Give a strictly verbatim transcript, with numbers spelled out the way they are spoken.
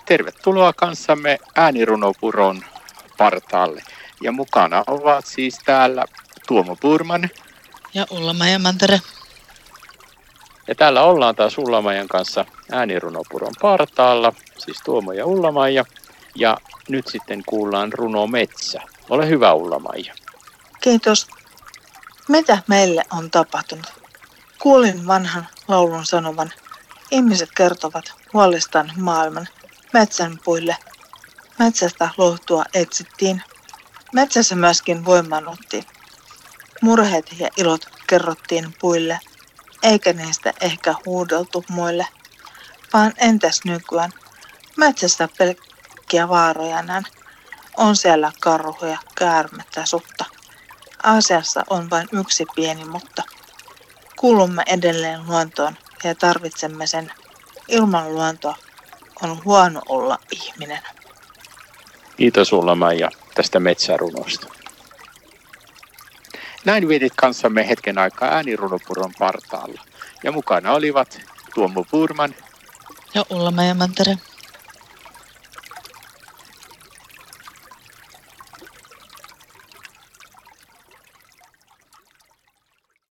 Tervetuloa kanssamme äänirunopuron partaalle. Ja mukana ovat siis täällä Tuomo Purman ja Ullamajan Mantere. Ja täällä ollaan taas Ullamajan kanssa äänirunopuron partaalla, siis Tuomo ja Ullamaja. Ja nyt sitten kuullaan runo Metsä. Ole hyvä, Ullamaja. Kiitos. Mitä meille on tapahtunut? Kuulin vanhan laulun sanovan. Ihmiset kertovat huolestaan maailman metsän puille. Metsästä lohtua etsittiin. Metsässä myöskin voimaannuttiin. Murheet ja ilot kerrottiin puille, eikä niistä ehkä huudeltu muille. Vaan entäs nykyään? Metsässä pelkkiä vaaroja näen. On siellä karhuja, käärmettä, sutta. Asiassa on vain yksi pieni mutta. Kuulumme edelleen luontoon ja tarvitsemme sen. Ilman luontoa on huono olla ihminen. Kiitos Ullamaja tästä metsärunosta. Näin vietit kanssamme hetken aikaa äänirunopuron partaalla. Ja mukana olivat Tuomo Purman ja Ullamajan Mantere.